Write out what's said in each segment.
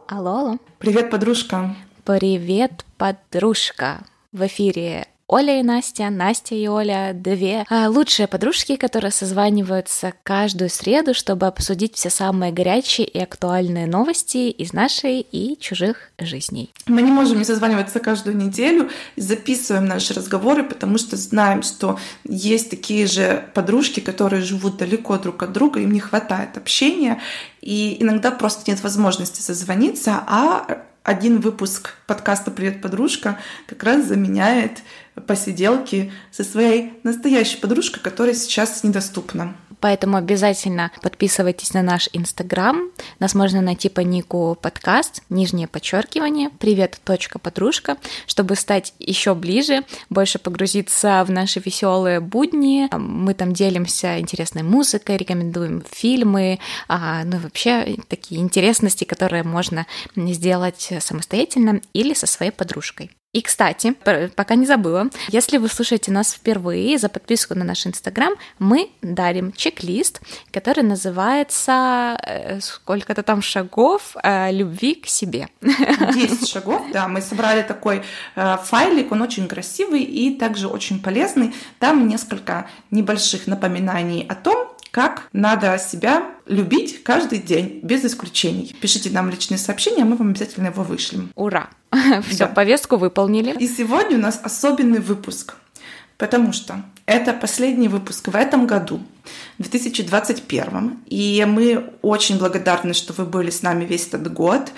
Алло, алло. Привет, подружка. Привет, подружка. В эфире Оля и Настя, Настя и Оля, две лучшие подружки, которые созваниваются каждую среду, чтобы обсудить все самые горячие и актуальные новости из нашей и чужих жизней. Мы не можем не созваниваться каждую неделю, записываем наши разговоры, потому что знаем, что есть такие же подружки, которые живут далеко друг от друга, им не хватает общения, и иногда просто нет возможности созвониться, а один выпуск подкаста «Привет, подружка» как раз заменяет посиделки со своей настоящей подружкой, которая сейчас недоступна. Поэтому обязательно подписывайтесь на наш Инстаграм. Нас можно найти по нику подкаст, _, привет.подружка, чтобы стать еще ближе, больше погрузиться в наши веселые будни. Мы там делимся интересной музыкой, рекомендуем фильмы, ну и вообще такие интересности, которые можно сделать самостоятельно или со своей подружкой. И, кстати, пока не забыла, если вы слушаете нас впервые, за подписку на наш Инстаграм мы дарим чек-лист, который называется «Сколько-то там шагов любви к себе». 10 шагов, да, мы собрали такой файлик, он очень красивый и также очень полезный. Там несколько небольших напоминаний о том, как надо себя любить каждый день, без исключений. Пишите нам личные сообщения, мы вам обязательно его вышлем. Ура! Все, повестку выполнили. И сегодня у нас особенный выпуск, потому что это последний выпуск в этом году, в 2021. И мы очень благодарны, что вы были с нами весь этот год.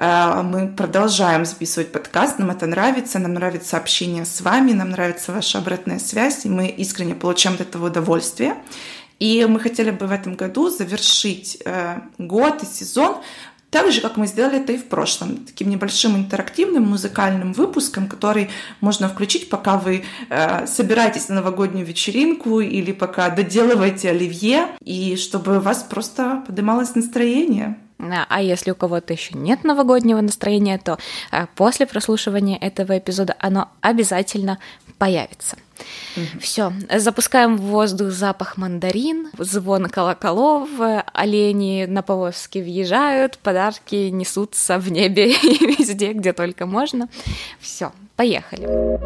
Мы продолжаем записывать подкаст, нам это нравится, нам нравится общение с вами, нам нравится ваша обратная связь, и мы искренне получаем от этого удовольствие. И мы хотели бы в этом году завершить год и сезон так же, как мы сделали это и в прошлом, таким небольшим интерактивным музыкальным выпуском, который можно включить, пока вы собираетесь на новогоднюю вечеринку или пока доделываете оливье, и чтобы у вас просто поднималось настроение. А если у кого-то еще нет новогоднего настроения, то после прослушивания этого эпизода оно обязательно появится. Все, запускаем в воздух запах мандарин, звон колоколов, олени на повозке въезжают, подарки несутся в небе и везде, где только можно. Все, поехали.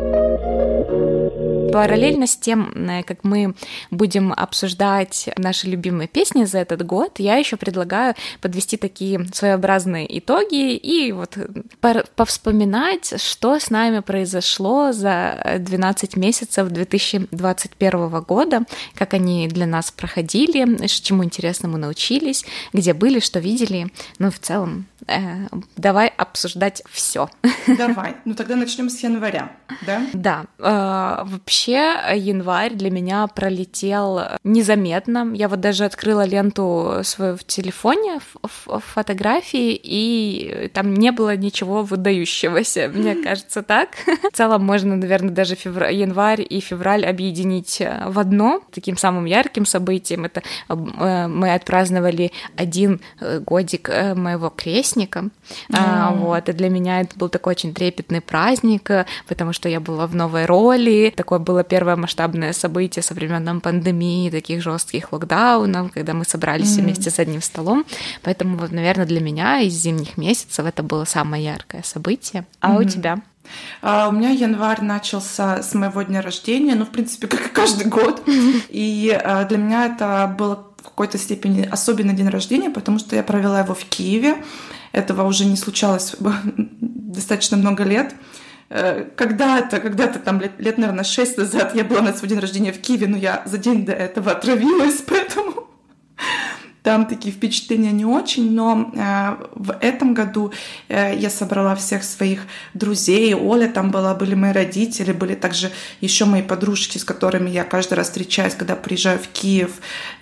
Параллельно с тем, как мы будем обсуждать наши любимые песни за этот год, я еще предлагаю подвести такие своеобразные итоги и вот повспоминать, что с нами произошло за 12 месяцев 2021 года, как они для нас проходили, чему интересному научились, где были, что видели. Ну, в целом, давай обсуждать все. Давай. Ну, тогда начнем с января, да? Да. Вообще, январь для меня пролетел незаметно. Я вот даже открыла ленту свою в телефоне, фотографии, и там не было ничего выдающегося, мне кажется, так. В целом можно, наверное, даже январь и февраль объединить в одно таким самым ярким событием. Это мы отпраздновали 1 годик моего крестника. Вот, и для меня это был такой очень трепетный праздник, потому что я была в новой роли. Такое было первое масштабное событие со времен пандемии, таких жестких локдаунов, когда мы собрались вместе за одним столом. Поэтому, вот, наверное, для меня из зимних месяцев это было самое яркое событие. А у тебя? У меня январь начался с моего дня рождения, ну, в принципе, как и каждый год. И для меня это было в какой-то степени особенный день рождения, потому что я провела его в Киеве. Этого уже не случалось достаточно много лет. Когда-то там лет, наверное, 6 назад я была на свой день рождения в Киеве, но я за день до этого отравилась, поэтому там такие впечатления не очень, но в этом году я собрала всех своих друзей, Оля там была, были мои родители, были также еще мои подружки, с которыми я каждый раз встречаюсь, когда приезжаю в Киев,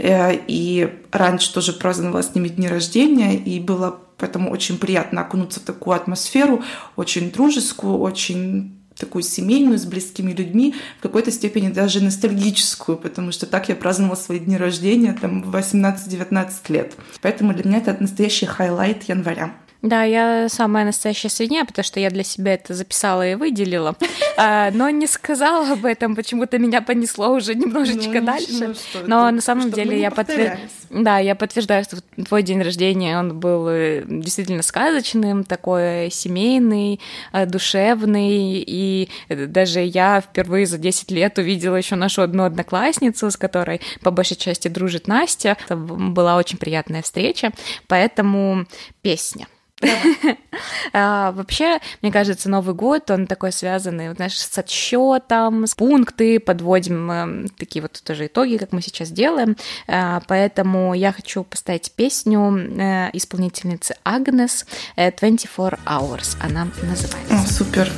и раньше тоже праздновала с ними дни рождения, и было поэтому очень приятно окунуться в такую атмосферу, очень дружескую, очень такую семейную, с близкими людьми, в какой-то степени даже ностальгическую, потому что так я праздновала свои дни рождения там в 18-19 лет. Поэтому для меня это настоящий хайлайт января. Да, я самая настоящая свинья, потому что я для себя это записала и выделила, но не сказала об этом, почему-то меня понесло уже немножечко дальше. Но на самом деле я подтверждаю, что твой день рождения, он был действительно сказочным, такой семейный, душевный, и даже я впервые за 10 лет увидела еще нашу одну одноклассницу, с которой по большей части дружит Настя. Это была очень приятная встреча, поэтому песня. Вообще, мне кажется, Новый год, он такой связанный, знаешь, с отсчетом, с пункты, подводим такие вот тоже итоги, как мы сейчас делаем. Поэтому я хочу поставить песню исполнительницы Агнес «24 Hours». Она называется. О, супер.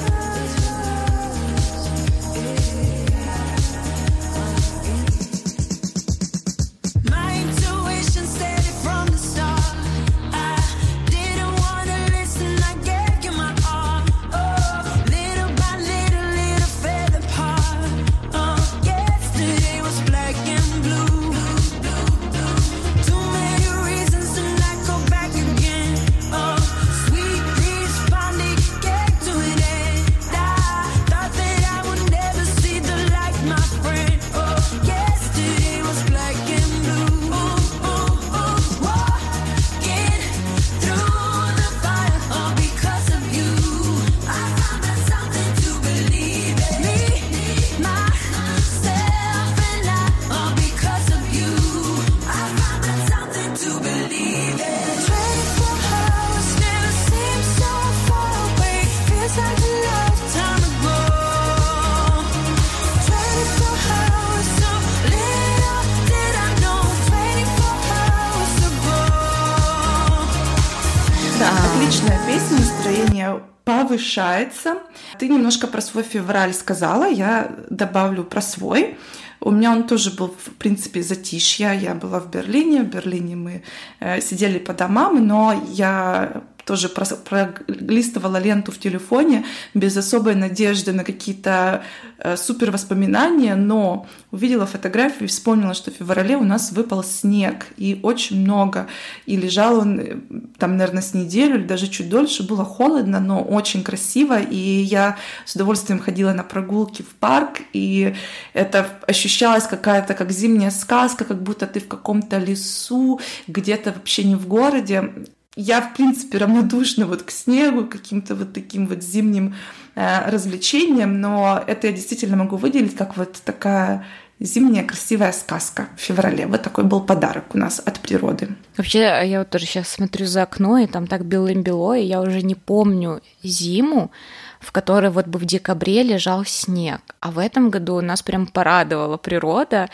Отличная песня, настроение повышается. Ты немножко про свой февраль сказала, я добавлю про свой. У меня он тоже был, в принципе, затишье. Я была в Берлине. В Берлине мы сидели по домам, но я тоже пролистывала ленту в телефоне без особой надежды на какие-то супер воспоминания, но увидела фотографию и вспомнила, что в феврале у нас выпал снег, и очень много. И лежал он там, наверное, с неделю или даже чуть дольше. Было холодно, но очень красиво, и я с удовольствием ходила на прогулки в парк, и это ощущалось какая-то как зимняя сказка, как будто ты в каком-то лесу, где-то вообще не в городе. Я, в принципе, равнодушна вот к снегу, к каким-то вот таким вот зимним развлечениям, но это я действительно могу выделить как вот такая зимняя красивая сказка в феврале. Вот такой был подарок у нас от природы. Вообще, я вот тоже сейчас смотрю за окно, и там так белым-бело, и я уже не помню зиму, в которой вот бы в декабре лежал снег. А в этом году нас прям порадовала природа,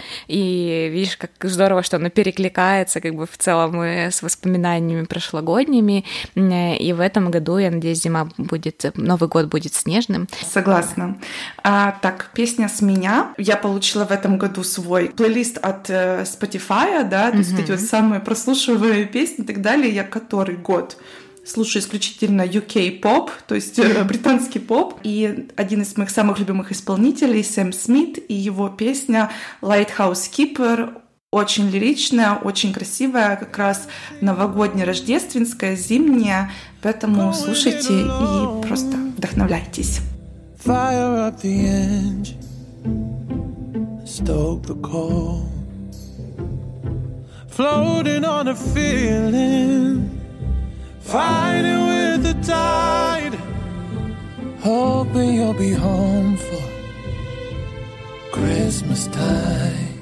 и видишь, как здорово, что оно перекликается как бы в целом и с воспоминаниями прошлогодними, и в этом году, я надеюсь, Новый год будет снежным. Согласна. Так, песня с меня. Я получила в этом году свой плейлист от Spotify, да, то есть эти вот самые прослушиваемые песни и так далее. Я который год слушаю исключительно UK поп, то есть британский поп. И один из моих самых любимых исполнителей Сэм Смит и его песня Lighthouse Keeper. Очень лиричная, очень красивая, как раз новогодняя, рождественская, зимняя. Поэтому слушайте и просто вдохновляйтесь. Fire up the engine, stoke the coal, floating on a feeling, fighting with the tide, hoping you'll be home for Christmas time.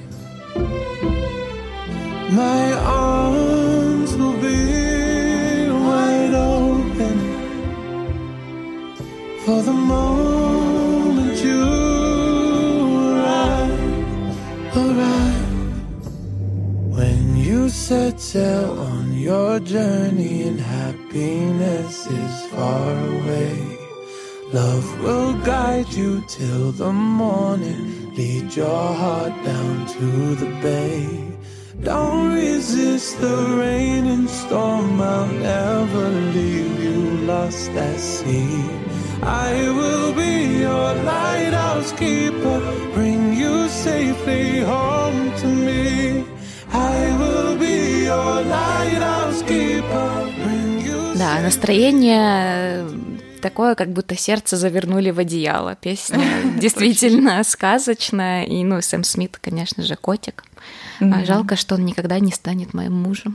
My arms will be wide open for the moment you arrive. When you set sail on your journey and happiness is far away, love will guide you till the morning, lead your heart down to the bay. Don't resist the rain and storm, I'll never leave you lost at sea. I will be your lighthouse keeper, bring you safely home to me. I will be your lighthouse keeper, bring you. Да, настроение такое, как будто сердце завернули в одеяло. Песня действительно сказочная. И, Сэм Смит, конечно же, котик. Жалко, что он никогда не станет моим мужем.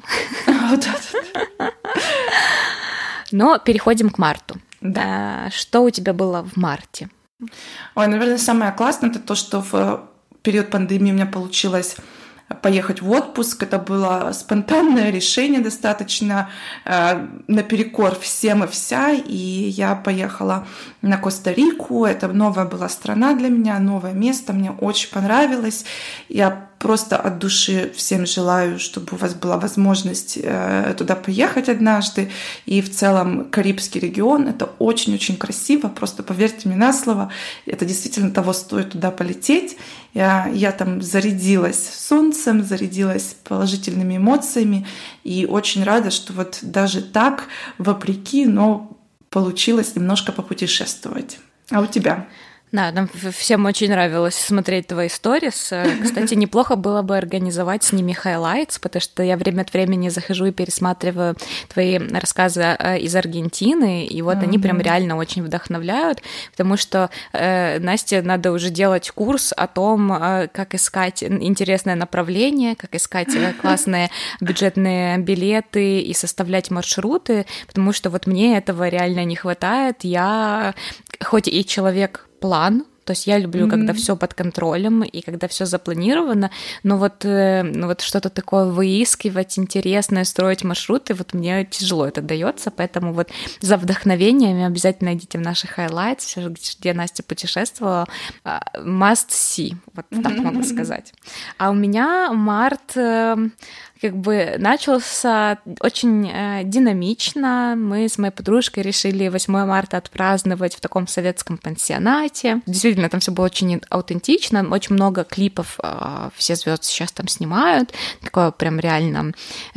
Но переходим к марту. Да. Что у тебя было в марте? Ой, наверное, самое классное — это то, что в период пандемии у меня получилось поехать в отпуск. Это было спонтанное решение достаточно, наперекор всем и вся. И я поехала на Коста-Рику. Это новая была страна для меня, новое место. Мне очень понравилось. Я просто от души всем желаю, чтобы у вас была возможность туда поехать однажды. И в целом Карибский регион — это очень-очень красиво. Просто поверьте мне на слово, это действительно того стоит туда полететь. Я там зарядилась солнцем, зарядилась положительными эмоциями. И очень рада, что вот даже так, вопреки, но получилось немножко попутешествовать. А у тебя? Да, нам всем очень нравилось смотреть твои сторис. Кстати, неплохо было бы организовать с ними хайлайтс, потому что я время от времени захожу и пересматриваю твои рассказы из Аргентины, и вот они прям реально очень вдохновляют, потому что Насте надо уже делать курс о том, как искать интересное направление, как искать классные бюджетные билеты и составлять маршруты, потому что вот мне этого реально не хватает. Я хоть и человек-план, то есть я люблю, когда все под контролем и когда все запланировано, но вот что-то такое выискивать, интересное, строить маршруты, вот мне тяжело это дается, поэтому вот за вдохновением обязательно идите в наши хайлайтс, где Настя путешествовала, must see, вот так могу сказать. А у меня март как бы начался очень динамично. Мы с моей подружкой решили 8 марта отпраздновать в таком советском пансионате. Действительно, там все было очень аутентично, очень много клипов все звезды сейчас там снимают. Такое прям реально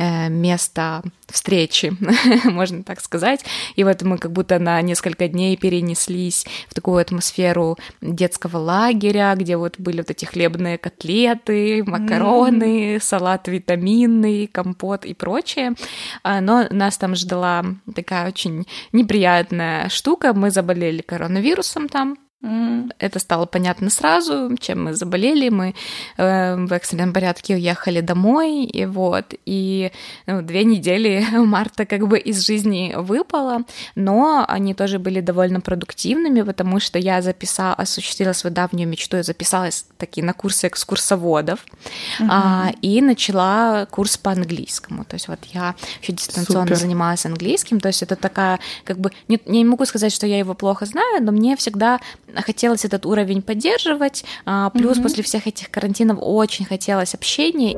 место встречи, можно так сказать. И вот мы как будто на несколько дней перенеслись в такую атмосферу детского лагеря, где вот были вот эти хлебные котлеты, макароны, салат витаминный, компот и прочее. Но нас там ждала такая очень неприятная штука. Мы заболели коронавирусом там. Это стало понятно сразу, чем мы заболели. Мы в экстренном порядке уехали домой, и 2 недели марта как бы из жизни выпало, но они тоже были довольно продуктивными, потому что я осуществила свою давнюю мечту, я записалась таки на курсы экскурсоводов и начала курс по английскому. То есть вот я еще дистанционно занималась английским, то есть это такая, как бы, не могу сказать, что я его плохо знаю, но мне всегда хотелось этот уровень поддерживать, плюс после всех этих карантинов очень хотелось общения.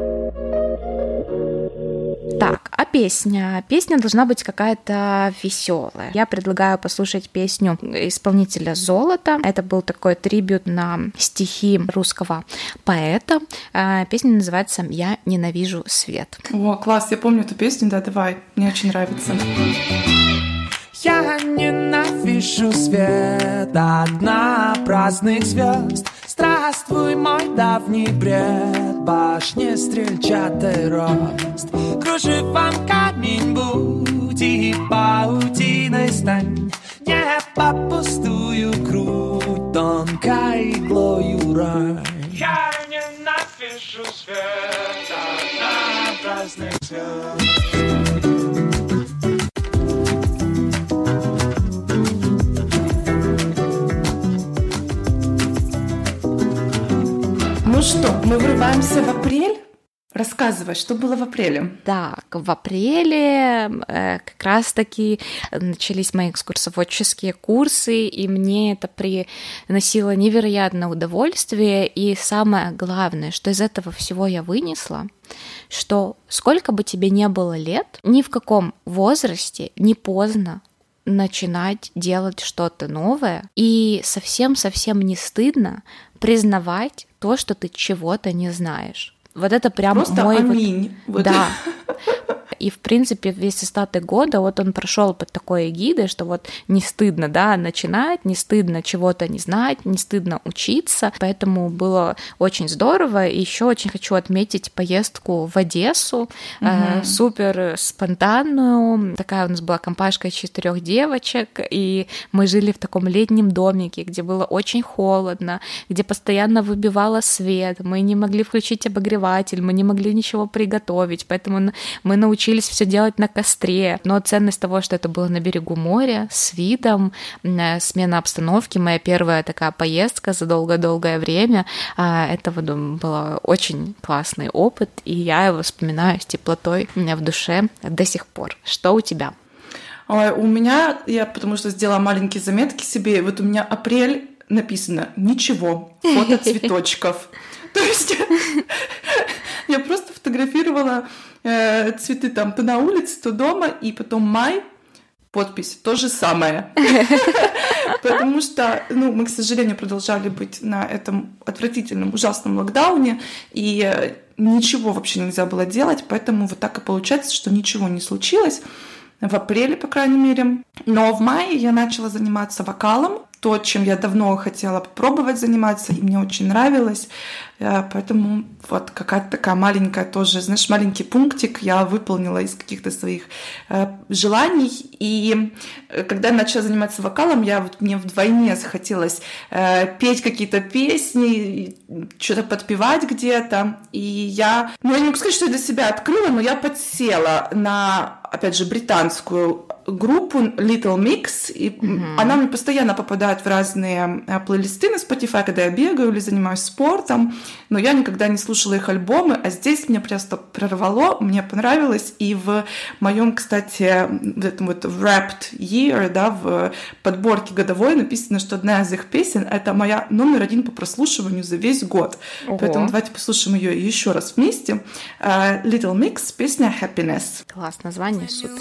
Так, а песня? Песня должна быть какая-то веселая. Я предлагаю послушать песню исполнителя «Золото». Это был такой трибют на стихи русского поэта. Песня называется «Я ненавижу свет». О, класс, я помню эту песню, да, давай, мне очень нравится. Я ненавижу свет, одна праздных звезд. Здравствуй, мой давний бред, башни стрельчатый рост. Кружевом камень будь и паутиной стань. Небо пустую грудь, тонкой иглою рай. Я ненавижу свет, одна праздных звезд. Ну что, мы врываемся в апрель? Рассказывай, что было в апреле? Так, в апреле как раз-таки начались мои экскурсоводческие курсы, и мне это приносило невероятное удовольствие. И самое главное, что из этого всего я вынесла, что сколько бы тебе ни было лет, ни в каком возрасте не поздно начинать делать что-то новое, и совсем-совсем не стыдно признавать то, что ты чего-то не знаешь. Вот это прям просто мой... аминь. Вот... Да. И, в принципе, весь остаток года вот он прошел под такой эгидой, что вот не стыдно, да, начинать, не стыдно чего-то не знать, не стыдно учиться. Поэтому было очень здорово. И еще очень хочу отметить поездку в Одессу, супер спонтанную. Такая у нас была компашка из 4 девочек, и мы жили в таком летнем домике, где было очень холодно, где постоянно выбивало свет, мы не могли включить обогреватель, мы не могли ничего приготовить, поэтому мы научились все делать на костре. Но ценность того, что это было на берегу моря, с видом, смена обстановки, моя первая такая поездка за долгое-долгое время, это был очень классный опыт, и я его вспоминаю с теплотой в душе до сих пор. Что у тебя? У меня, я потому что сделала маленькие заметки себе, вот у меня апрель написано «Ничего, фото цветочков». То есть я просто фотографировала цветы там то на улице, то дома, и потом май, подпись то же самое. Потому что, мы, к сожалению, продолжали быть на этом отвратительном, ужасном локдауне, и ничего вообще нельзя было делать, поэтому вот так и получается, что ничего не случилось. В апреле, по крайней мере. Но в мае я начала заниматься вокалом, то, чем я давно хотела попробовать заниматься, и мне очень нравилось. Поэтому вот какая-то такая маленькая тоже, знаешь, маленький пунктик я выполнила из каких-то своих желаний. И когда я начала заниматься вокалом, мне вдвойне захотелось петь какие-то песни, что-то подпевать где-то. И я не могу сказать, что я для себя открыла, но я подсела на, опять же, британскую группу Little Mix, и она мне постоянно попадает в разные плейлисты на Spotify, когда я бегаю или занимаюсь спортом, но я никогда не слушала их альбомы, а здесь меня просто прорвало, мне понравилось, и в моем, кстати, в этом вот Wrapped Year, да, в подборке годовой написано, что одна из их песен — это моя номер 1 по прослушиванию за весь год. Ого. Поэтому давайте послушаем ее еще раз вместе. Little Mix, песня Happiness. Класс, название супер.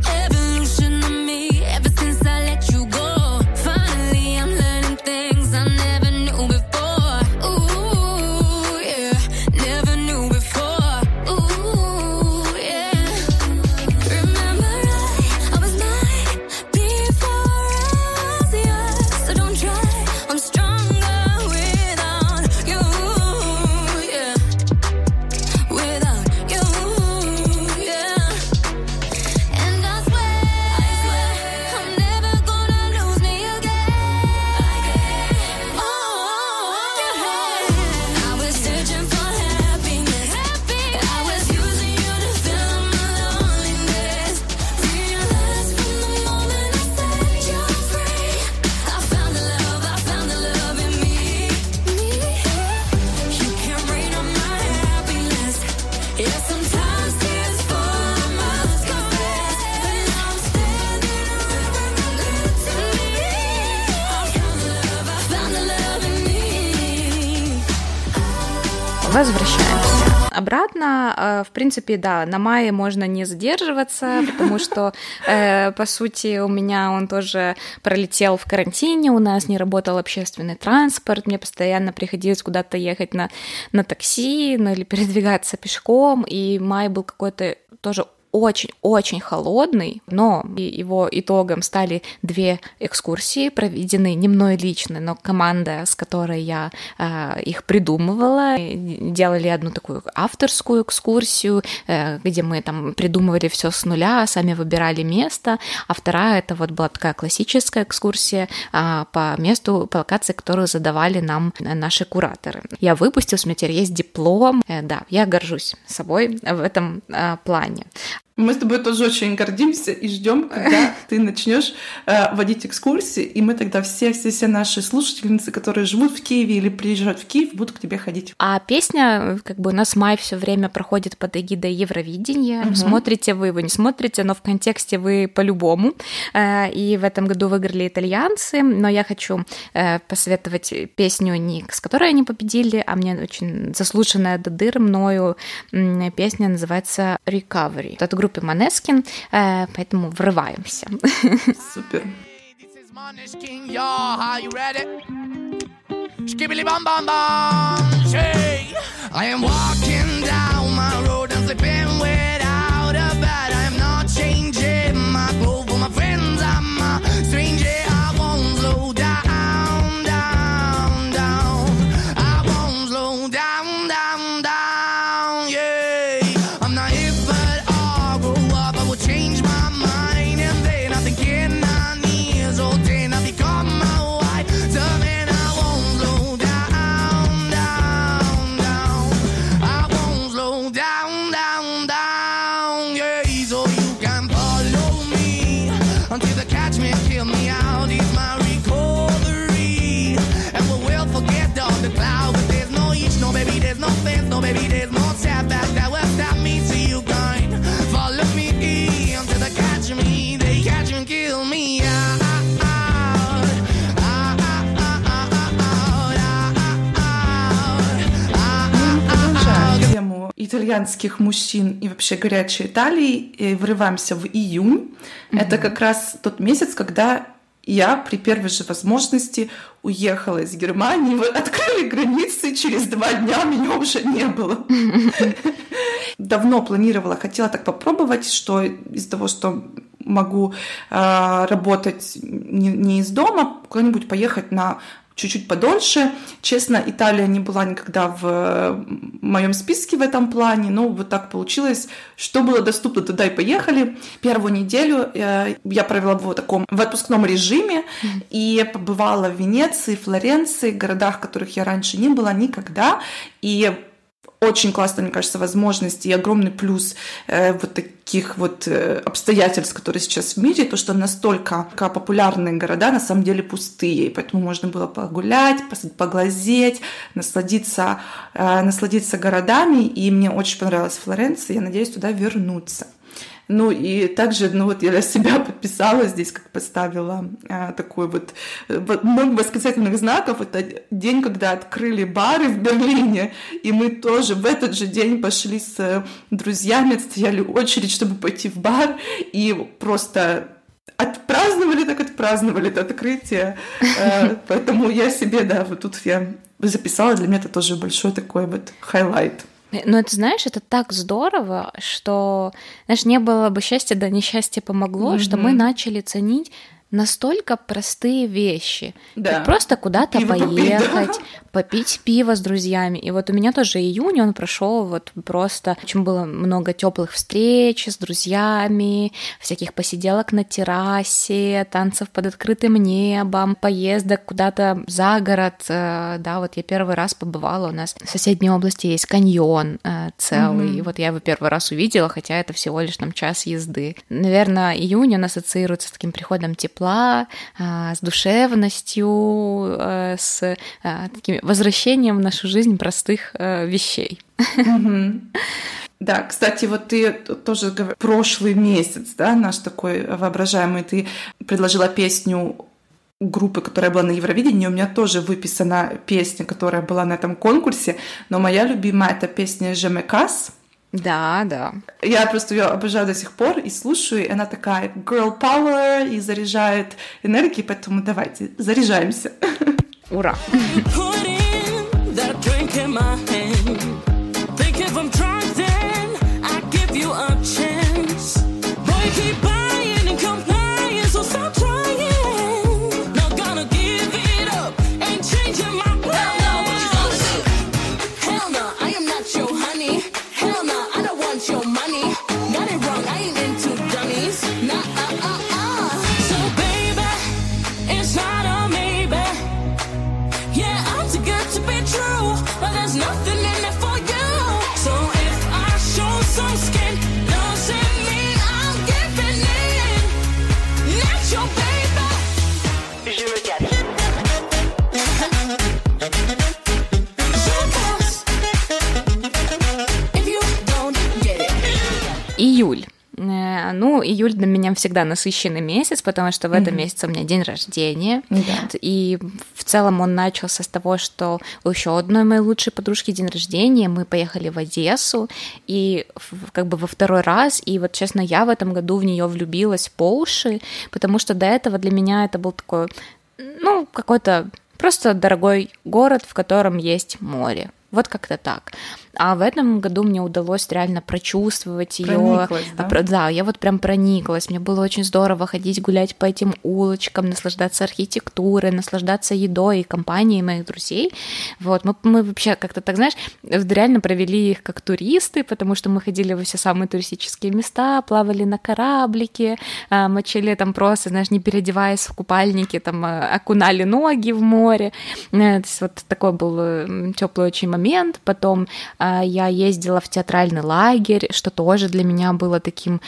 Возвращаемся обратно. В принципе, да, на мае можно не задерживаться, потому что, по сути, у меня он тоже пролетел в карантине, у нас не работал общественный транспорт, мне постоянно приходилось куда-то ехать на такси, или передвигаться пешком, и май был какой-то тоже очень-очень холодный, но его итогом стали 2 экскурсии, проведены не мной лично, но команда, с которой я их придумывала. Делали одну такую авторскую экскурсию, где мы там придумывали все с нуля, сами выбирали место, а вторая — это вот была такая классическая экскурсия по месту, по локации, которую задавали нам наши кураторы. Я выпустилась, у меня теперь есть диплом, да, я горжусь собой в этом плане. Мы с тобой тоже очень гордимся и ждем, когда ты начнешь водить экскурсии, и мы тогда все наши слушательницы, которые живут в Киеве или приезжают в Киев, будут к тебе ходить. А песня, у нас май все время проходит под эгидой Евровидения. Смотрите вы его, не смотрите, но в контексте вы по-любому. И в этом году выиграли итальянцы, но я хочу посоветовать песню, не с которой они победили, а мне очень заслушанная до дыр мною песня, называется «Recovery». Это группа Måneskin, поэтому врываемся. Супер. I am walking down my road and sleeping without a bed. итальянских мужчин и вообще горячей Италии врываемся в июнь. Это как раз тот месяц, когда я при первой же возможности уехала из Германии. Мы открыли границы, через 2 дня меня уже не было. Давно планировала, хотела так попробовать, что из-за того, что могу работать не из дома, куда-нибудь поехать на чуть-чуть подольше. Честно, Италия не была никогда в моем списке в этом плане, но вот так получилось, что было доступно, туда и поехали. Первую неделю я провела в таком в отпускном режиме и побывала в Венеции, Флоренции, городах, в которых я раньше не была никогда, и очень классная, мне кажется, возможность и огромный плюс вот таких вот обстоятельств, которые сейчас в мире, то, что настолько популярные города на самом деле пустые, и поэтому можно было погулять, поглазеть, насладиться городами, и мне очень понравилась Флоренция, я надеюсь туда вернуться. Ну и также, вот я для себя подписала здесь, как поставила такой вот много восклицательных знаков. Это день, когда открыли бары в Берлине, и мы тоже в этот же день пошли с друзьями, отстояли очередь, чтобы пойти в бар, и просто отпраздновали это открытие. Поэтому я себе, вот тут я записала, для меня это тоже большой такой вот хайлайт. Но это, знаешь, это так здорово, что, знаешь, не было бы счастья, да несчастье помогло, что мы начали ценить настолько простые вещи. Да. Просто куда-то поехать, попить пиво с друзьями. И вот у меня тоже июнь, он прошел вот просто, очень было много теплых встреч с друзьями, всяких посиделок на террасе, танцев под открытым небом, поездок куда-то за город. Да, вот я первый раз побывала, у нас в соседней области есть каньон целый, и вот я его первый раз увидела, хотя это всего лишь там час езды. Наверное, июнь он ассоциируется с таким приходом тепла, с душевностью, с таким возвращением в нашу жизнь простых вещей. Да, кстати, вот ты тоже прошлый месяц, да, наш такой воображаемый, ты предложила песню группы, которая была на Евровидении, у меня тоже выписана песня, которая была на этом конкурсе, но моя любимая — это песня «Je me casse». Да, да. Я просто ее обожаю до сих пор и слушаю, и она такая girl power и заряжает энергией, поэтому давайте заряжаемся. Ура! Июль. Ну, июль для меня всегда насыщенный месяц, потому что в этом месяце у меня день рождения. И в целом он начался с того, что у еще одной моей лучшей подружки день рождения, мы поехали в Одессу, и как бы во второй раз, и вот, честно, я в этом году в нее влюбилась по уши, потому что до этого для меня это был такой, ну, какой-то просто дорогой город, в котором есть море. Вот как-то так. А в этом году мне удалось реально прочувствовать ее. Да, я вот прям прониклась. Мне было очень здорово ходить гулять по этим улочкам, наслаждаться архитектурой, наслаждаться едой и компанией моих друзей. Вот, мы вообще как-то так, знаешь, реально провели их как туристы, потому что мы ходили во все самые туристические места, плавали на кораблике, мочили там просто, знаешь, не переодеваясь в купальники, там окунали ноги в море. То есть вот такой был теплый очень момент. Потом я ездила в театральный лагерь, что тоже для меня было таким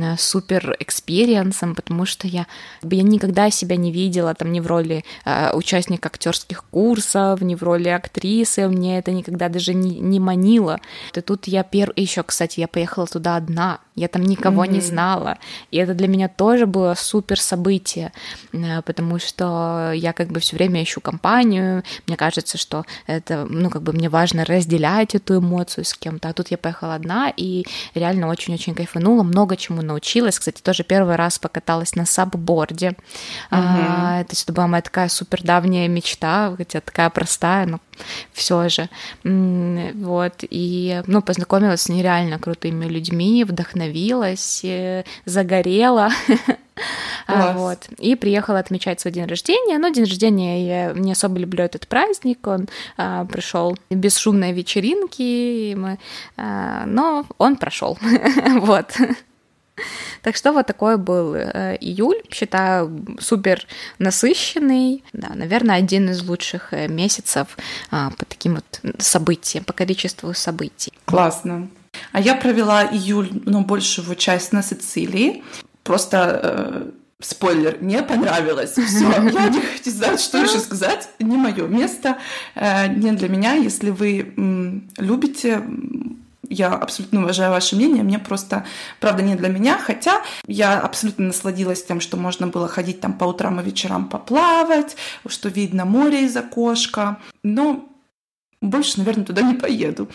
супер экспириенсом, потому что я никогда себя не видела там ни в роли участника актерских курсов, ни в роли актрисы, мне это никогда даже не манило. И тут еще, кстати, я поехала туда одна. я там никого не знала, и это для меня тоже было супер событие, потому что я как бы все время ищу компанию, мне кажется, что это, ну, как бы мне важно разделять эту эмоцию с кем-то, а тут я поехала одна и реально очень-очень кайфанула, много чему научилась, кстати, тоже первый раз покаталась на сабборде, то есть это была моя такая супер давняя мечта, хотя такая простая, но все же, вот, и, ну, познакомилась с нереально крутыми людьми, вдохновилась, загорела, вот, и приехала отмечать свой день рождения, но день рождения я не особо люблю этот праздник, он пришел без шумной вечеринки, но он прошел, вот. Так что вот такой был июль, считаю, супер насыщенный, да, наверное, один из лучших месяцев по таким вот событиям, по количеству событий. Классно. А я провела июль, ну, большую часть на Сицилии, просто... спойлер, мне понравилось. Все, я не знаю, что еще сказать. Не мое место, не для меня. Если вы любите, я абсолютно уважаю ваше мнение. Мне просто, правда, не для меня. Хотя я абсолютно насладилась тем, что можно было ходить там по утрам и вечерам поплавать, что видно море из окошка. Но больше, наверное, туда не поеду.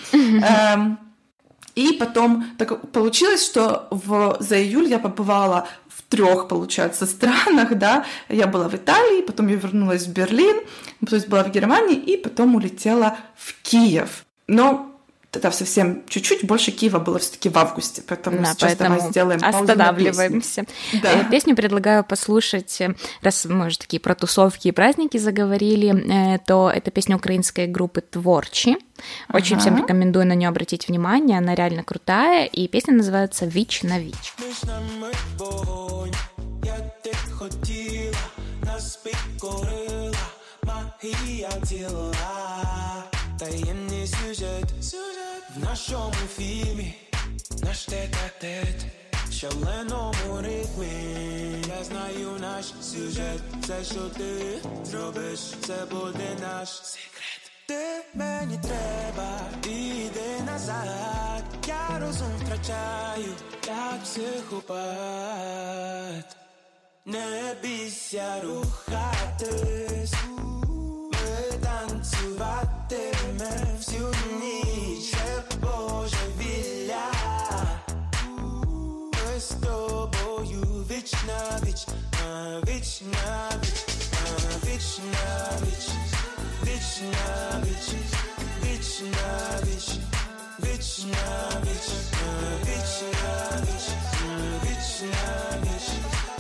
И потом так получилось, что за июль я побывала в 3, получается, странах, да. Я была в Италии, потом я вернулась в Берлин, то есть была в Германии, и потом улетела в Киев. Но тогда совсем чуть-чуть больше Киева было все-таки в августе, поэтому да, сейчас давай сделаем паузу. Останавливаемся. Да. Песню предлагаю послушать, раз мы уже такие про тусовки и праздники заговорили, то это песня украинской группы Творчі. Очень всем рекомендую на нее обратить внимание, она реально крутая, и песня называется «Віч на віч». Таємний сюжет в нашому фільмі, наш тет-а-тет в шаленому ритмі. Я знаю наш сюжет, все, що ти зробиш, це буде наш секрет. Ти мені треба, іди назад, я розум втрачаю, як психопат. Не бійся рухатись, танцюватиме всю ніч, це божевілля. Ми з тобою віч на віч, віч на віч, віч на віч, віч на віч, віч на віч, віч на віч, віч на віч, віч на віч.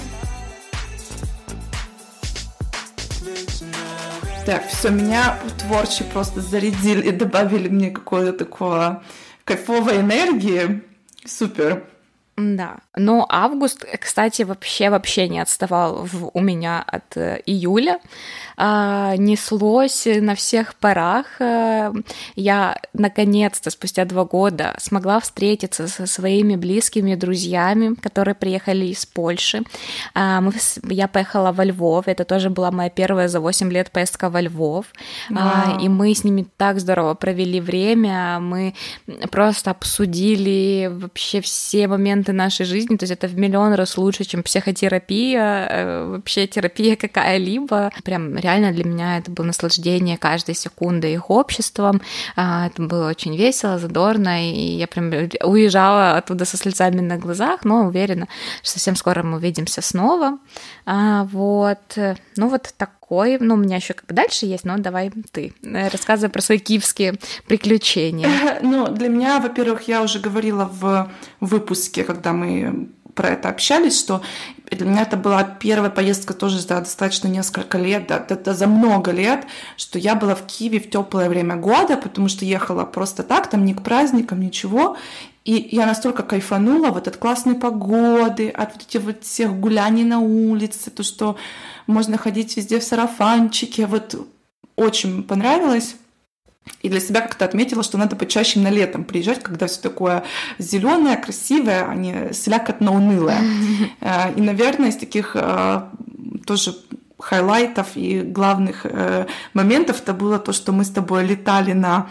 Так, все, меня Творчі просто зарядили и добавили мне какого-то такого кайфовой энергии. Супер. Да, но август, кстати, вообще не отставал у меня от июля, неслось на всех парах. Я наконец-то спустя 2 года смогла встретиться со своими близкими друзьями, которые приехали из Польши. Я поехала во Львов, это тоже была моя первая за 8 лет поездка во Львов, и мы с ними так здорово провели время, мы просто обсудили вообще все моменты нашей жизни, то есть это в миллион раз лучше, чем психотерапия, вообще терапия какая-либо. Прям реально для меня это было наслаждение каждой секунды их обществом, это было очень весело, задорно, и я прям уезжала оттуда со слезами на глазах, но уверена, что совсем скоро мы увидимся снова. Вот, ну вот такой, ну у меня еще как бы дальше есть, но давай ты рассказывай про свои киевские приключения. Ну, для меня, во-первых, я уже говорила в выпуске, когда мы про это общались, что для меня это была первая поездка тоже за достаточно несколько лет, да, за много лет, что я была в Киеве в теплое время года, потому что ехала просто так, там ни к праздникам, ничего, и я настолько кайфанула вот от классной погоды, от вот этих вот всех гуляний на улице, то, что можно ходить везде в сарафанчике, вот очень понравилось. И для себя как-то отметила, что надо почаще на летом приезжать, когда все такое зеленое, красивое, а не слякотно унылое. И, наверное, из таких тоже хайлайтов и главных моментов это было то, что мы с тобой летали на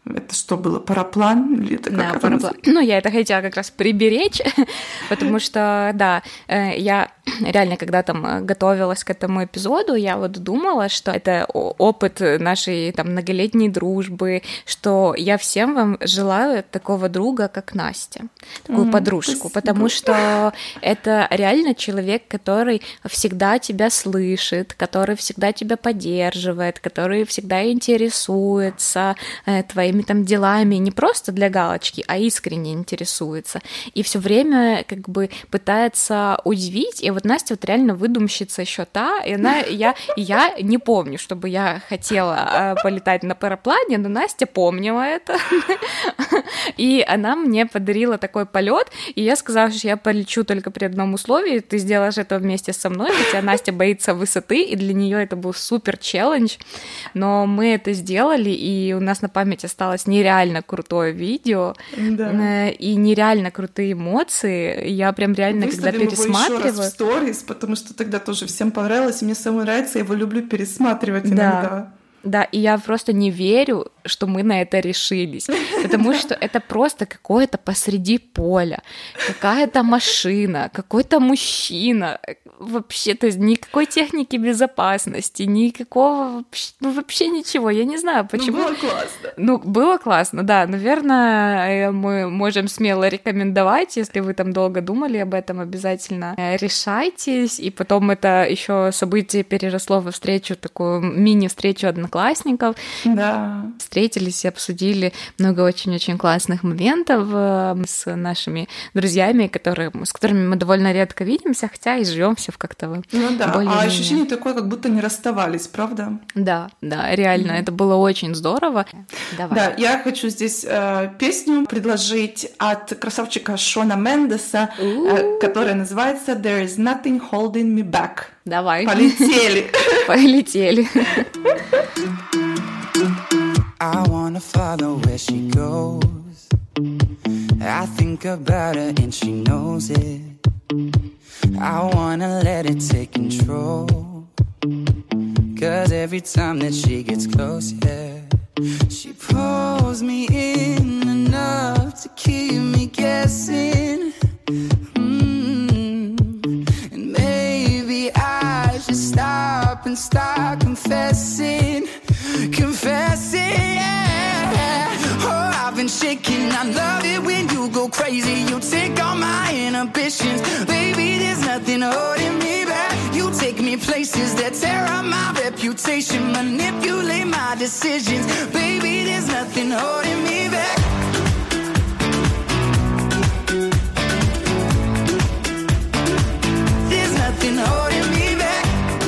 Это что было, параплан? Или это Да, как параплан. Ну, я это хотела как раз приберечь, потому что, да, я реально, когда там готовилась к этому эпизоду, я вот думала, что это опыт нашей там многолетней дружбы, что я всем вам желаю такого друга, как Настя, такую подружку, потому что это реально человек, который всегда тебя слышит, который всегда тебя поддерживает, который всегда интересуется твоими там делами, не просто для галочки, а искренне интересуется, и все время как бы пытается удивить. И вот Настя вот реально выдумщица еще та, и я не помню, чтобы я хотела полетать на параплане, но Настя помнила это, и она мне подарила такой полет, и я сказала, что я полечу только при одном условии: ты сделаешь это вместе со мной, хотя Настя боится высоты, и для нее это был супер челлендж, но мы это сделали, и у нас на память осталось нереально крутое видео, и нереально крутые эмоции. Я прям реально, когда пересматриваю... Его еще раз в сторис, потому что тогда тоже всем понравилось, и мне самой нравится, я его люблю пересматривать иногда. Да, и я просто не верю, что мы на это решились, потому что это просто какое-то посреди поля, какая-то машина, какой-то мужчина, вообще, то есть никакой техники безопасности, никакого, вообще ничего, я не знаю, почему. Было классно. Было классно, да, наверное, мы можем смело рекомендовать, если вы там долго думали об этом, обязательно решайтесь, и потом это еще событие переросло во встречу, такую мини-встречу одноклассников. Да. Встретились и обсудили много очень-очень классных моментов с нашими друзьями, с которыми мы довольно редко видимся, хотя и живем все в как-то а ощущение такое, как будто не расставались, правда? Да, реально, это было очень здорово. Давай. Да, я хочу здесь песню предложить от красавчика Шона Мендеса, которая называется «There is nothing holding me back». Давай. Полетели. Полетели. I wanna follow where she goes. I think about her and she knows it. I wanna let it take control. 'Cause every time that she gets close, yeah, she pulls me in enough to keep me guessing. And maybe I should stop and start confessing, yeah. Oh, I've been shaking. I love it when you go crazy. You take all my inhibitions. Baby, there's nothing holding me back. You take me places that tear up my reputation, manipulate my decisions. Baby, there's nothing holding me back. There's nothing holding me back.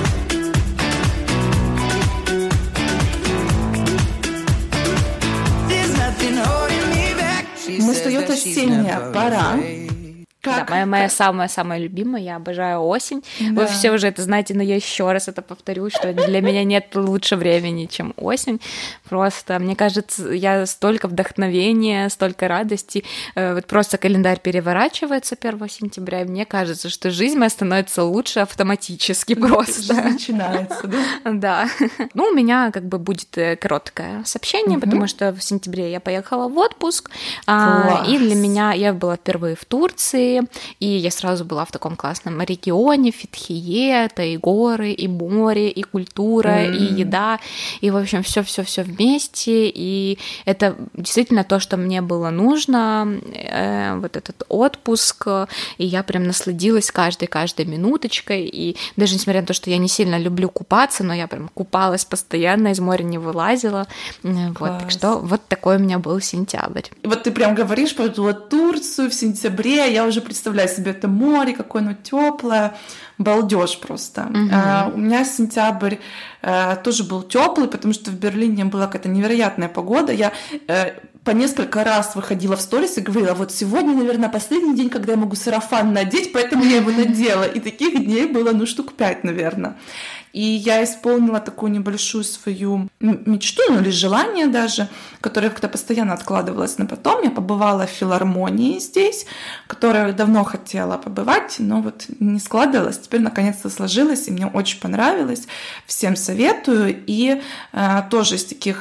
Настает осенняя пора. Да, моя самая-самая любимая, я обожаю осень. Да. Вы все уже это знаете, но я еще раз это повторю, что для меня нет лучше времени, чем осень. Просто, мне кажется, я столько вдохновения, столько радости. Вот просто календарь переворачивается 1 сентября, и мне кажется, что жизнь моя становится лучше автоматически просто. Начинается, да? Да. Ну, у меня как бы будет короткое сообщение, потому что в сентябре я поехала в отпуск, и для меня я была впервые в Турции, и я сразу была в таком классном регионе, Фетхие, это и горы, и море, и культура, и еда, и, в общем, все вместе, и это действительно то, что мне было нужно, вот этот отпуск, и я прям насладилась каждой минуточкой, и даже несмотря на то, что я не сильно люблю купаться, но я прям купалась постоянно, из моря не вылазила, вот, так что вот такой у меня был сентябрь. И вот ты прям говоришь про Турцию в сентябре, я уже представляю себе это море, какое оно теплое, балдеж просто. У меня сентябрь тоже был теплый, потому что в Берлине была какая-то невероятная погода. Я по несколько раз выходила в сторис и говорила: вот сегодня, наверное, последний день, когда я могу сарафан надеть, поэтому я его надела. И таких дней было, штук 5, наверное. И я исполнила такую небольшую свою мечту, или желание даже, которое как-то постоянно откладывалось на потом. Я побывала в филармонии здесь, в которой давно хотела побывать, но вот не складывалось. Теперь наконец-то сложилось, и мне очень понравилось. Всем советую. И тоже из таких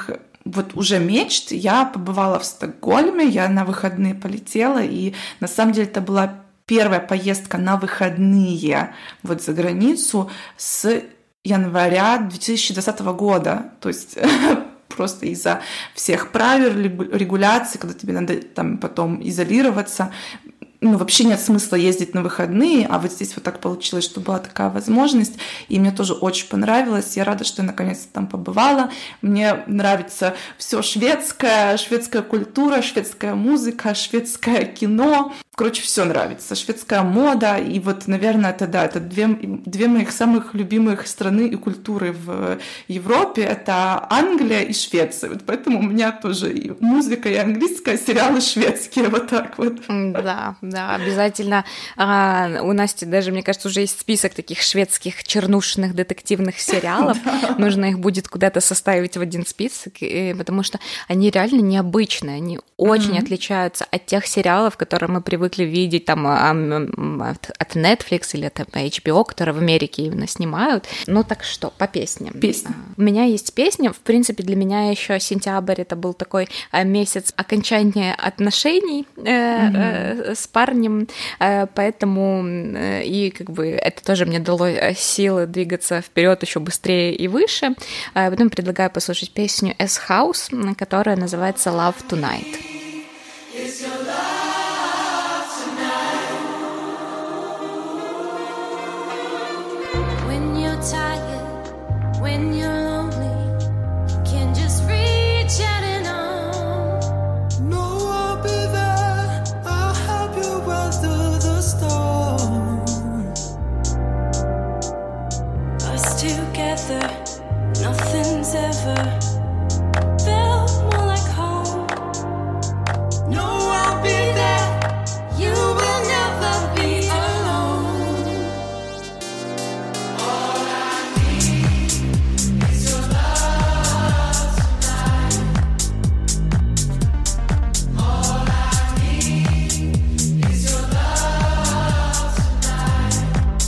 вот уже мечт, я побывала в Стокгольме, я на выходные полетела, и на самом деле это была первая поездка на выходные вот за границу с января 2020 года. То есть просто из-за всех правил, регуляций, когда тебе надо там потом изолироваться, вообще нет смысла ездить на выходные, а вот здесь вот так получилось, что была такая возможность, и мне тоже очень понравилось. Я рада, что я наконец-то там побывала. Мне нравится все шведская культура, шведская музыка, шведское кино. Короче, все нравится. Шведская мода. И вот, наверное, это две моих самых любимых страны и культуры в Европе. Это Англия и Швеция. Вот поэтому у меня тоже и музыка, и английская, сериалы шведские. Вот так вот. Да, обязательно. У Насти даже, мне кажется, уже есть список таких шведских чернушных детективных сериалов. Нужно их будет куда-то составить в один список, потому что они реально необычные. Они очень отличаются от тех сериалов, которые мы привыкли видеть там от Netflix или от HBO, которые в Америке именно снимают. Ну так что, по песням. Песни. У меня есть песни. В принципе, для меня еще сентябрь это был такой месяц окончания отношений с парнем, поэтому и как бы это тоже мне дало силы двигаться вперед еще быстрее и выше. Потом предлагаю послушать песню S-House, которая называется Love Tonight. Nothing's ever felt more like home. No, I'll be there. You will never be alone. All I need is your love tonight. All I need is your love tonight.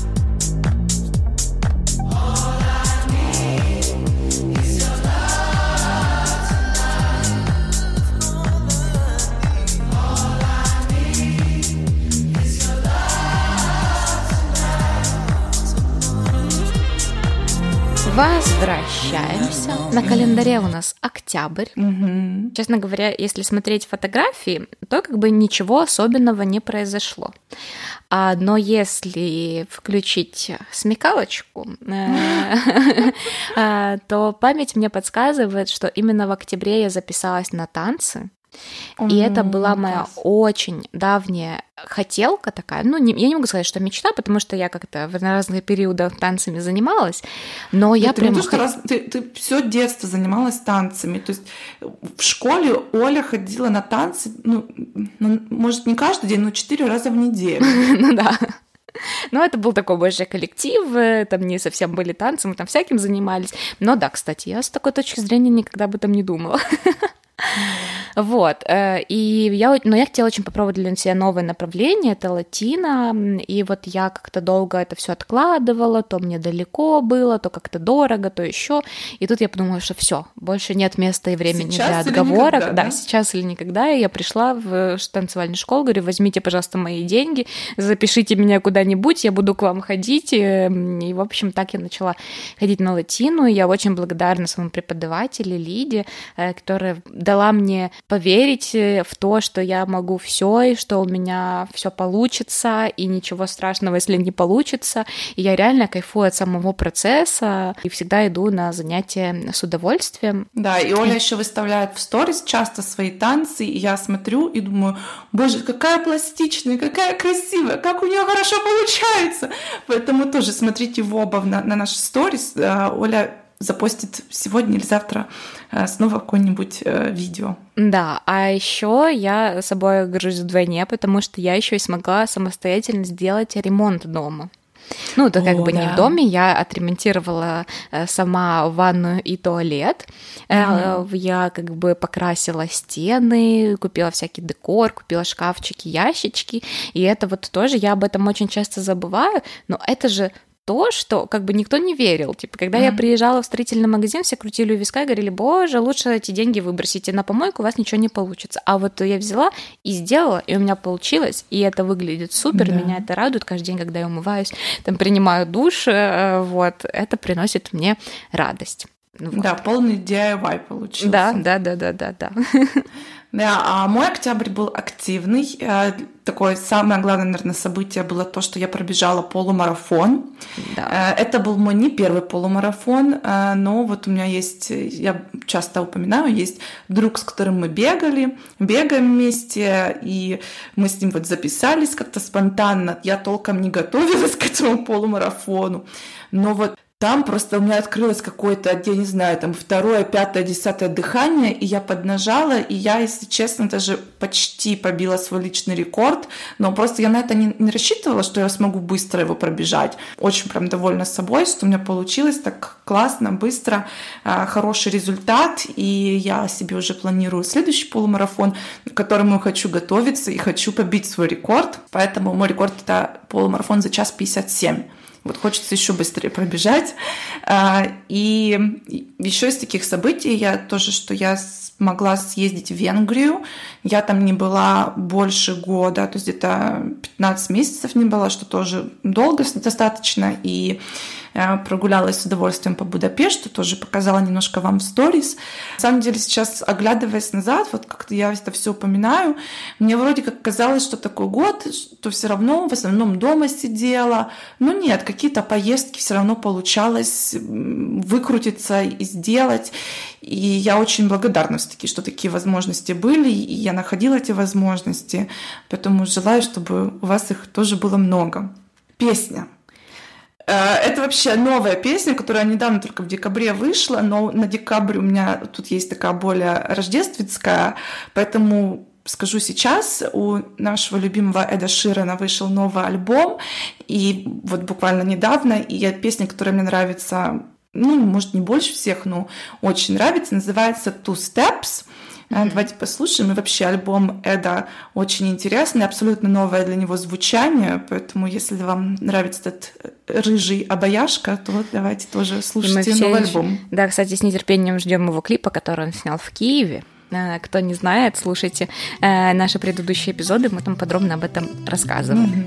All I need. Возвращаемся. На календаре у нас октябрь. Честно говоря, если смотреть фотографии, то как бы ничего особенного не произошло. Но если включить смекалочку, то память мне подсказывает, что именно в октябре я записалась на танцы. И это была моя очень давняя хотелка такая. Я не могу сказать, что мечта, потому что я как-то в разные периоды танцами занималась, но я прям... Ты все детство занималась танцами. То есть в школе Оля ходила на танцы, может, не каждый день, но 4 раза в неделю. Ну да. Но это был такой больше коллектив, там не совсем были танцы, мы там всяким занимались. Но да, кстати, я с такой точки зрения никогда об этом не думала. Вот, и я хотела очень попробовать для себя новое направление, это латино, и вот я как-то долго это все откладывала, то мне далеко было, то как-то дорого, то еще, и тут я подумала, что все, больше нет места и времени для отговорок, никогда, да? Сейчас или никогда, и я пришла в танцевальную школу, говорю, возьмите, пожалуйста, мои деньги, запишите меня куда-нибудь, я буду к вам ходить, и, в общем, так я начала ходить на латино, и я очень благодарна своему преподавателю Лиде, которая дала мне поверить в то, что я могу все и что у меня все получится, и ничего страшного, если не получится. И я реально кайфую от самого процесса и всегда иду на занятия с удовольствием. Да, и Оля еще выставляет в сторис часто свои танцы, и я смотрю и думаю, боже, какая пластичная, какая красивая, как у нее хорошо получается. Поэтому тоже смотрите в оба на наш сторис. Оля запостит сегодня или завтра снова какое-нибудь видео. Да, а еще я собой горжусь вдвойне, потому что я еще и смогла самостоятельно сделать ремонт дома. Это как бы не в доме, я отремонтировала сама ванную и туалет, я как бы покрасила стены, купила всякий декор, купила шкафчики, ящички, и это вот тоже, я об этом очень часто забываю, но это же то, что как бы никто не верил. Типа, когда я приезжала в строительный магазин, все крутили у виска и говорили: боже, лучше эти деньги выбросите на помойку, у вас ничего не получится. А вот я взяла и сделала, и у меня получилось, и это выглядит супер, меня это радует каждый день, когда я умываюсь, там принимаю душ, вот, это приносит мне радость. Вот. Да, полный DIY получился. Да. Да, а мой октябрь был активный. Такое самое главное, наверное, событие было то, что я пробежала полумарафон. Да. Это был мой не первый полумарафон, но вот у меня есть, я часто упоминаю, есть друг, с которым мы бегаем вместе, и мы с ним вот записались как-то спонтанно. Я толком не готовилась к этому полумарафону, но вот там просто у меня открылось какое-то, я не знаю, там 2, 5, 10 дыхание, и я поднажала, и я, если честно, даже почти побила свой личный рекорд, но просто я на это не рассчитывала, что я смогу быстро его пробежать. Очень прям довольна собой, что у меня получилось так классно, быстро, хороший результат, и я себе уже планирую следующий полумарафон, к которому хочу готовиться и хочу побить свой рекорд, поэтому мой рекорд — это полумарафон за 1:57. Вот хочется еще быстрее пробежать. И еще из таких событий я смогла съездить в Венгрию. Я там не была больше года, то есть где-то 15 месяцев не была, что тоже долго достаточно. И прогулялась с удовольствием по Будапешту, тоже показала немножко вам в сторис. На самом деле сейчас, оглядываясь назад, вот как-то я это все упоминаю, мне вроде как казалось, что такой год, что все равно в основном дома сидела. Но нет, какие-то поездки все равно получалось выкрутиться и сделать. И я очень благодарна все-таки, что такие возможности были, и я находила эти возможности. Поэтому желаю, чтобы у вас их тоже было много. Песня. Это вообще новая песня, которая недавно только в декабре вышла, но на декабрь у меня тут есть такая более рождественская, поэтому скажу сейчас, у нашего любимого Эда Ширана вышел новый альбом, и вот буквально недавно, и песня, которая мне нравится, может, не больше всех, но очень нравится, называется «Two Steps». Давайте послушаем. И вообще альбом Эда очень интересный, абсолютно новое для него звучание, поэтому если вам нравится этот рыжий обаяшка, то давайте тоже слушайте новый альбом. Да, кстати, с нетерпением ждем его клипа, который он снял в Киеве. Кто не знает, слушайте наши предыдущие эпизоды, мы там подробно об этом рассказывали.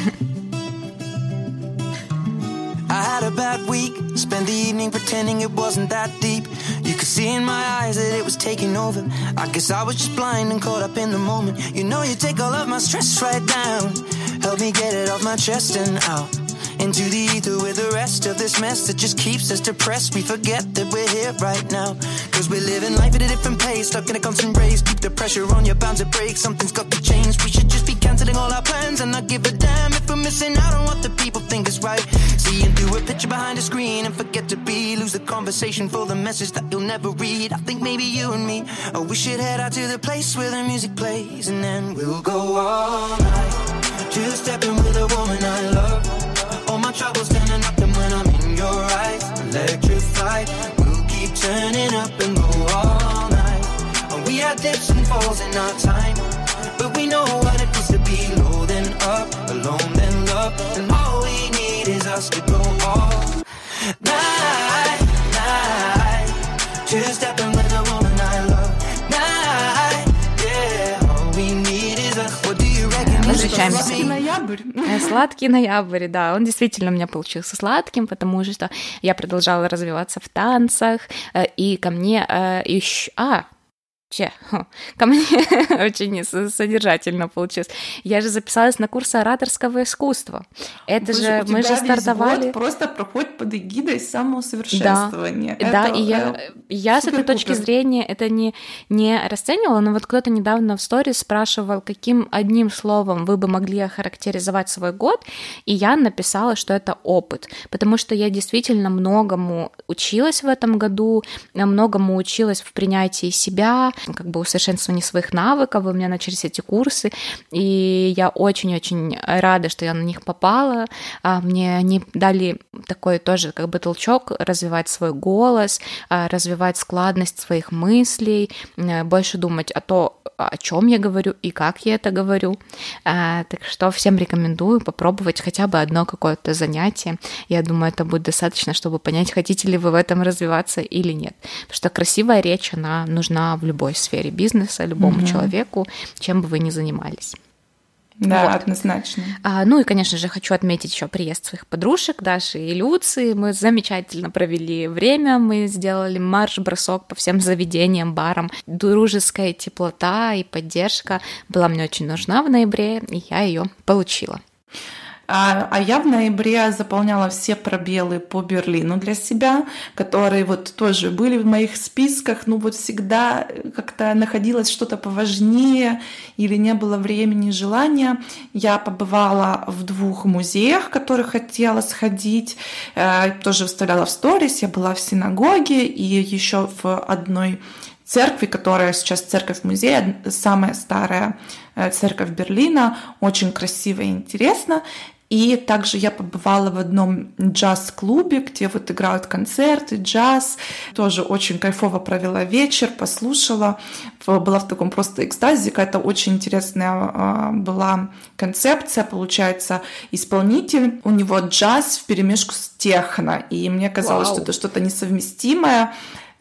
I had a bad week, spent the evening pretending it wasn't that deep. You could see in my eyes that it was taking over. I guess I was just blind and caught up in the moment. You know you take all of my stress right down. Help me get it off my chest and out into the ether with the rest of this mess that just keeps us depressed. We forget that we're here right now, cause we're living life at a different pace, stuck in a constant race. Keep the pressure on, you're bound to break. Something's got to change. We should just be cancelling all our plans and not give a damn if we're missing out on what the people think is right. Seeing through a picture behind a screen and forget to be, lose the conversation for the message that you'll never read. I think maybe you and me, we should head out to the place where the music plays, and then we'll go all night, two-stepping with a woman I love. All my troubles standing up, and when I'm in your eyes, electrified. We'll keep turning up and go all night. And we had dips and falls in our time, but we know what it feels to be low then up, alone then love. And all we need is us to go all night, night. Two-stepping with a woman I love. Night, yeah. All we need is us. What do you reckon? Сладкий ноябрь. Сладкий ноябрь, да, он действительно у меня получился сладким, потому что я продолжала развиваться в танцах, и ко мне еще... ко мне очень содержательно получилось. Я же записалась на курсы ораторского искусства. Это же мы же стартовали. Год просто проходит под эгидой самоусовершенствования. Да, и я с этой точки зрения это не расценивала, но вот кто-то недавно в сторис спрашивал, каким одним словом вы бы могли охарактеризовать свой год, и я написала, что это опыт, потому что я действительно многому училась в этом году, многому училась в принятии себя, как бы усовершенствовании своих навыков, у меня начались эти курсы, и я очень-очень рада, что я на них попала. Мне они дали такой тоже как бы толчок развивать свой голос, развивать складность своих мыслей, больше думать о том, о чем я говорю и как я это говорю. Так что всем рекомендую попробовать хотя бы одно какое-то занятие. Я думаю, это будет достаточно, чтобы понять, хотите ли вы в этом развиваться или нет. Потому что красивая речь, она нужна в любой сфере бизнеса, любому человеку, чем бы вы ни занимались. Да, Вот. однозначно. Ну и, конечно же, хочу отметить еще приезд своих подружек, Даши и Люции. Мы замечательно провели время, мы сделали марш-бросок по всем заведениям, барам. Дружеская теплота и поддержка была мне очень нужна в ноябре, и я ее получила. А я в ноябре заполняла все пробелы по Берлину для себя, которые вот тоже были в моих списках, но вот всегда как-то находилось что-то поважнее или не было времени, желания. Я побывала в 2 музеях, в которых хотела сходить, тоже вставляла в сторис, я была в синагоге и еще в одной церкви, которая сейчас церковь-музей, самая старая церковь Берлина, очень красиво и интересно. И также я побывала в одном джаз-клубе, где вот играют концерты, джаз. Тоже очень кайфово провела вечер, послушала. Была в таком просто экстазе. Какая-то очень интересная была концепция. Получается, исполнитель, у него джаз вперемешку с техно. И мне казалось, что это что-то несовместимое.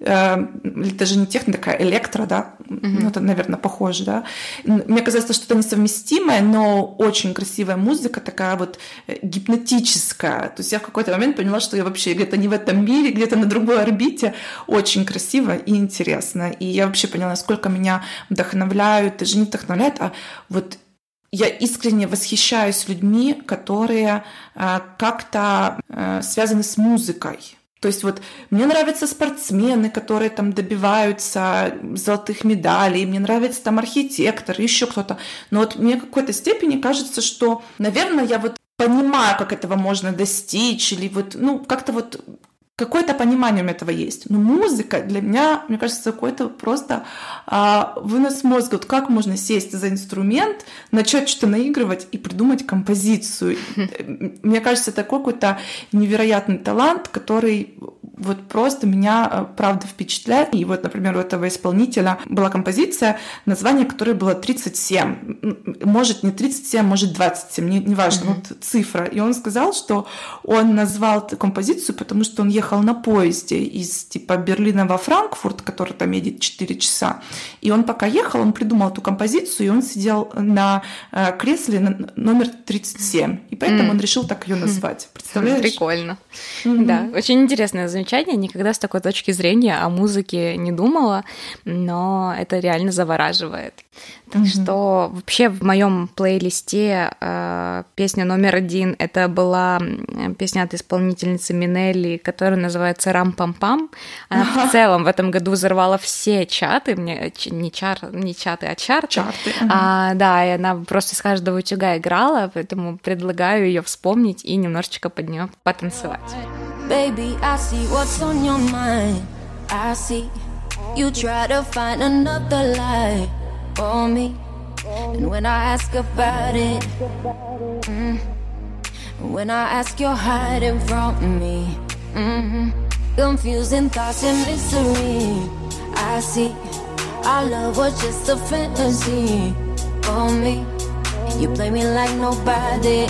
Это же не техно, такая электро, да, ну, это, наверное, похоже, да. Мне казалось, что что-то несовместимое, но очень красивая музыка, такая вот гипнотическая. То есть я в какой-то момент поняла, что я вообще где-то не в этом мире, где-то на другой орбите. Очень красиво и интересно. И я вообще поняла, насколько меня вдохновляют, даже не вдохновляют, а вот я искренне восхищаюсь людьми, которые как-то связаны с музыкой. То есть вот мне нравятся спортсмены, которые там добиваются золотых медалей, мне нравится там архитектор, еще кто-то. Но вот мне в какой-то степени кажется, что, наверное, я вот понимаю, как этого можно достичь, или вот, ну, как-то вот какое-то понимание у меня этого есть. Но музыка для меня, мне кажется, какой-то просто вынос мозга. Вот как можно сесть за инструмент, начать что-то наигрывать и придумать композицию. Мне кажется, это какой-то невероятный талант, который вот просто меня, правда, впечатляет. И вот, например, у этого исполнителя была композиция, название которой было 37. Может, не 37, может, 27, неважно, вот цифра. И он сказал, что он назвал эту композицию, потому что он ехал на поезде из типа Берлина во Франкфурт, который там едет 4 часа. И он пока ехал, он придумал эту композицию, и он сидел на кресле номер 37. И поэтому он решил так ее назвать. Представляешь? Прикольно. Да, очень интересное замечание. Никогда с такой точки зрения о музыке не думала, но это реально завораживает. Так что вообще в моем плейлисте песня номер 1 это была песня от исполнительницы Минелли, которая называется «Рам-пам-пам». Она в целом в этом году взорвала все чаты, не чаты, а чарты. Да, и она просто с каждого утюга играла, поэтому предлагаю ее вспомнить и немножечко под нее потанцевать. Baby, I see what's on your mind. I see you try to find another lie for me. And when I ask about it, when I ask, you're hiding from me. Confusing thoughts and mystery. I see our love was just a fantasy for me. You play me like nobody.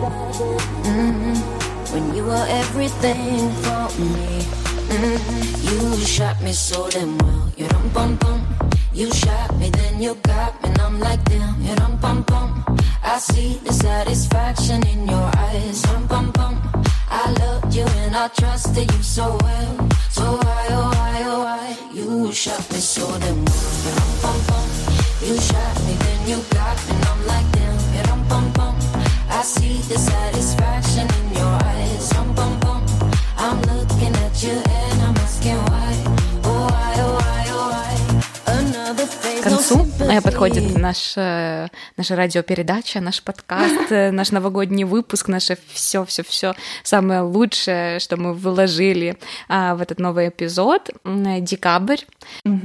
When you were everything for me. You shot me so damn well. You dum bum bum. You shot me, then you got me, and I'm like damn. You dum bum bum. I see the satisfaction in your eyes. Dum bum bum. I loved you and I trusted you so well. So why, oh why, oh why? You shot me so damn well. You dum bum bum. You shot me, then you got me, and I'm like damn. You dum bum bum. I see the satisfaction in your eyes. Dum bum bum. I'm looking at you and I'm asking why. Oh why, oh why, oh why? Another phase. К концу подходит наша радиопередача, наш подкаст, наш новогодний выпуск, наше все самое лучшее, что мы вложили в этот новый эпизод. Декабрь.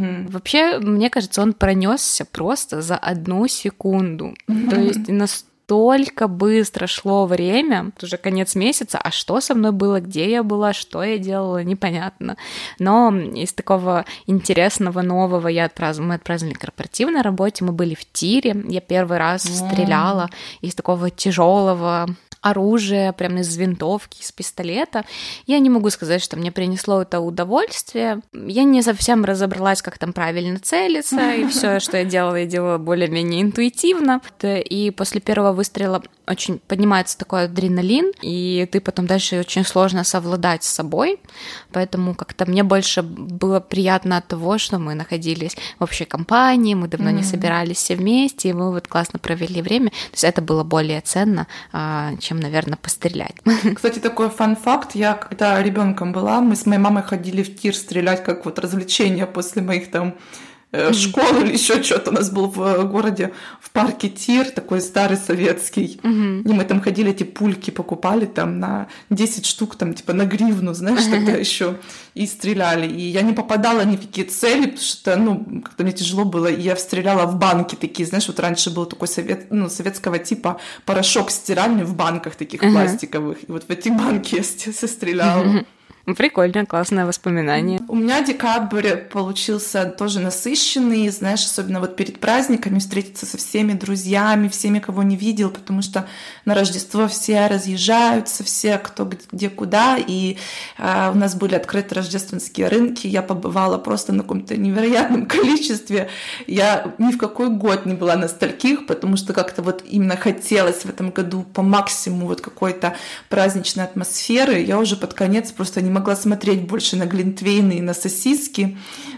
Вообще, мне кажется, он пронесся просто за 1 секунду. То есть настолько быстро шло время, уже конец месяца, а что со мной было, где я была, что я делала, непонятно. Но из такого интересного, нового мы отпраздновали корпоратив на работе, мы были в тире, я первый раз стреляла из такого тяжелого оружия, прямо из винтовки, из пистолета. Я не могу сказать, что мне принесло это удовольствие. Я не совсем разобралась, как там правильно целиться, и все, что я делала более-менее интуитивно. И после первого выстрела очень поднимается такой адреналин, и ты потом дальше очень сложно совладать с собой, поэтому как-то мне больше было приятно от того, что мы находились в общей компании, мы давно не собирались все вместе, и мы вот классно провели время. То есть это было более ценно, чем, наверное, пострелять. Кстати, такой фан-факт. Я, когда ребенком была, мы с моей мамой ходили в тир стрелять как вот развлечение после моих там школы или еще что-то. У нас был в городе в парке тир, такой старый советский. И мы там ходили, эти пульки покупали там на 10 штук, там типа на гривну, знаешь, тогда еще и стреляли. И я не попадала ни в какие цели, потому что, как-то мне тяжело было. И я стреляла в банки такие, знаешь, вот раньше был такой советского типа порошок стиральный в банках таких пластиковых. И вот в эти банки я стреляла. Прикольно, классное воспоминание. У меня декабрь получился тоже насыщенный, знаешь, особенно вот перед праздниками встретиться со всеми друзьями, всеми, кого не видел, потому что на Рождество все разъезжаются, все кто где куда, и у нас были открыты рождественские рынки, я побывала просто на каком-то невероятном количестве, я ни в какой год не была на стольких, потому что как-то вот именно хотелось в этом году по максимуму вот какой-то праздничной атмосферы, я уже под конец просто не могла смотреть больше на глинтвейны и на сосиски,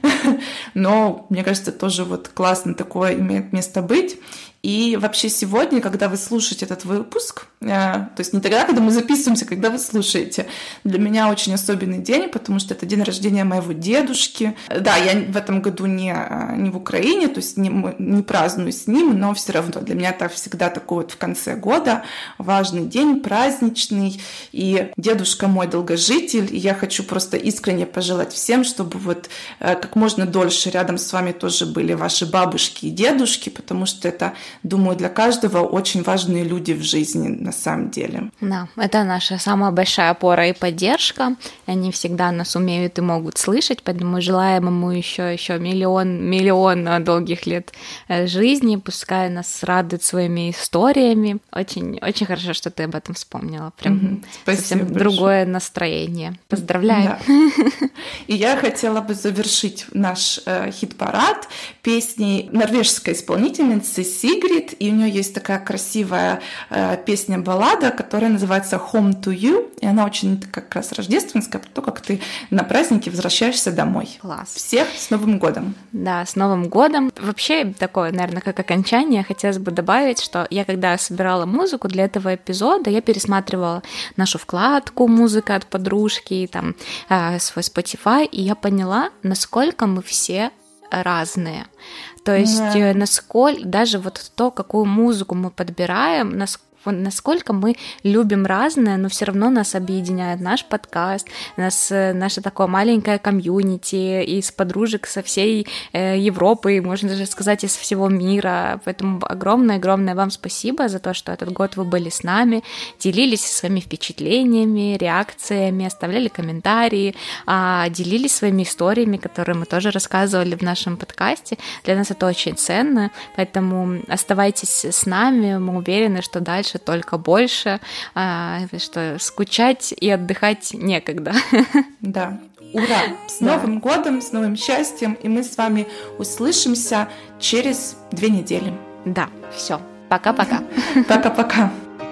но мне кажется, тоже вот классно такое имеет место быть. И вообще сегодня, когда вы слушаете этот выпуск, то есть не тогда, когда мы записываемся, когда вы слушаете, для меня очень особенный день, потому что это день рождения моего дедушки. Да, я в этом году не в Украине, то есть не праздную с ним, но все равно для меня это всегда такой вот в конце года важный день, праздничный. И дедушка мой долгожитель, и я хочу просто искренне пожелать всем, чтобы вот как можно дольше рядом с вами тоже были ваши бабушки и дедушки, потому что это, думаю, для каждого очень важные люди в жизни на самом деле. Да, это наша самая большая опора и поддержка. Они всегда нас умеют и могут слышать, поэтому желаем ему еще миллион долгих лет жизни. Пускай нас радует своими историями. Очень, очень хорошо, что ты об этом вспомнила. Прям совсем другое настроение. Поздравляю. Да. И я хотела бы завершить наш хит-парад песней норвежской исполнительницы Sigrid, и у нее есть такая красивая песня-баллада, которая называется Home to You, и она очень как раз рождественская, про то, как ты на празднике возвращаешься домой. Класс. Всех с Новым годом! Да, с Новым годом! Вообще, такое, наверное, как окончание, хотелось бы добавить, что я, когда собирала музыку для этого эпизода, я пересматривала нашу вкладку «Музыка от подружки», там, свой Spotify, и я поняла, насколько мы все разные. То есть, насколько даже вот то, какую музыку мы подбираем, насколько мы любим разное, но все равно нас объединяет наш подкаст, наше такое маленькое комьюнити из подружек со всей Европы, можно даже сказать, из всего мира. Поэтому огромное-огромное вам спасибо за то, что этот год вы были с нами, делились своими впечатлениями, реакциями, оставляли комментарии, делились своими историями, которые мы тоже рассказывали в нашем подкасте. Для нас это очень ценно, поэтому оставайтесь с нами, мы уверены, что дальше только больше, что скучать и отдыхать некогда. Да. Ура! С Новым годом, с новым счастьем, и мы с вами услышимся через 2 недели. Да, все. Пока-пока. Пока-пока.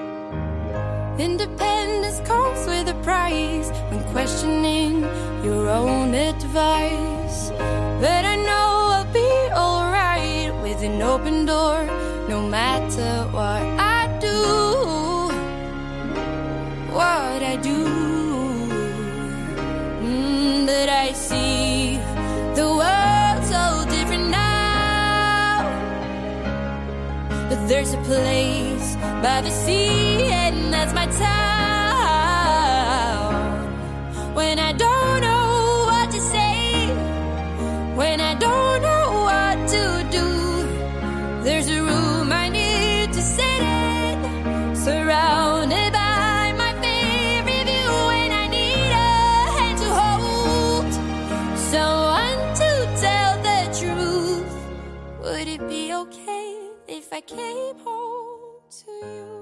Independence comes with a price when questioning your own advice. But I know I'll be alright with an open door, no matter what I do, what I do. But I see the world so different now. But there's a place by the sea, and that's my town. When I don't know what to say, when I don't know what to do, there's a room I need to sit in. be okay if I came home to you?